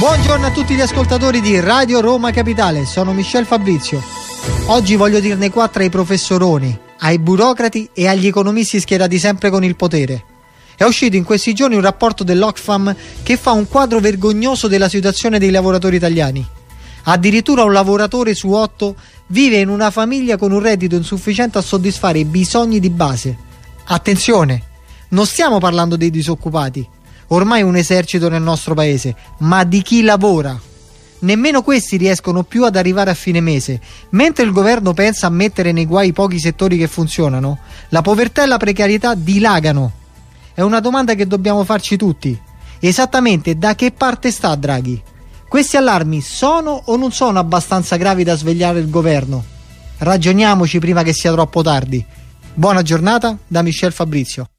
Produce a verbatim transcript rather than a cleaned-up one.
Buongiorno a tutti gli ascoltatori di Radio Roma Capitale, sono Michel Fabrizio. Oggi voglio dirne quattro ai professoroni, ai burocrati e agli economisti schierati sempre con il potere. È uscito in questi giorni un rapporto dell'Oxfam che fa un quadro vergognoso della situazione dei lavoratori italiani. Addirittura un lavoratore su otto vive in una famiglia con un reddito insufficiente a soddisfare i bisogni di base. Attenzione, non stiamo parlando dei disoccupati, ormai un esercito nel nostro paese, ma di chi lavora. Nemmeno questi riescono più ad arrivare a fine mese. Mentre il governo pensa a mettere nei guai i pochi settori che funzionano, la povertà e la precarietà dilagano. È una domanda che dobbiamo farci tutti. Esattamente da che parte sta Draghi? Questi allarmi sono o non sono abbastanza gravi da svegliare il governo? Ragioniamoci prima che sia troppo tardi. Buona giornata da Michel Fabrizio.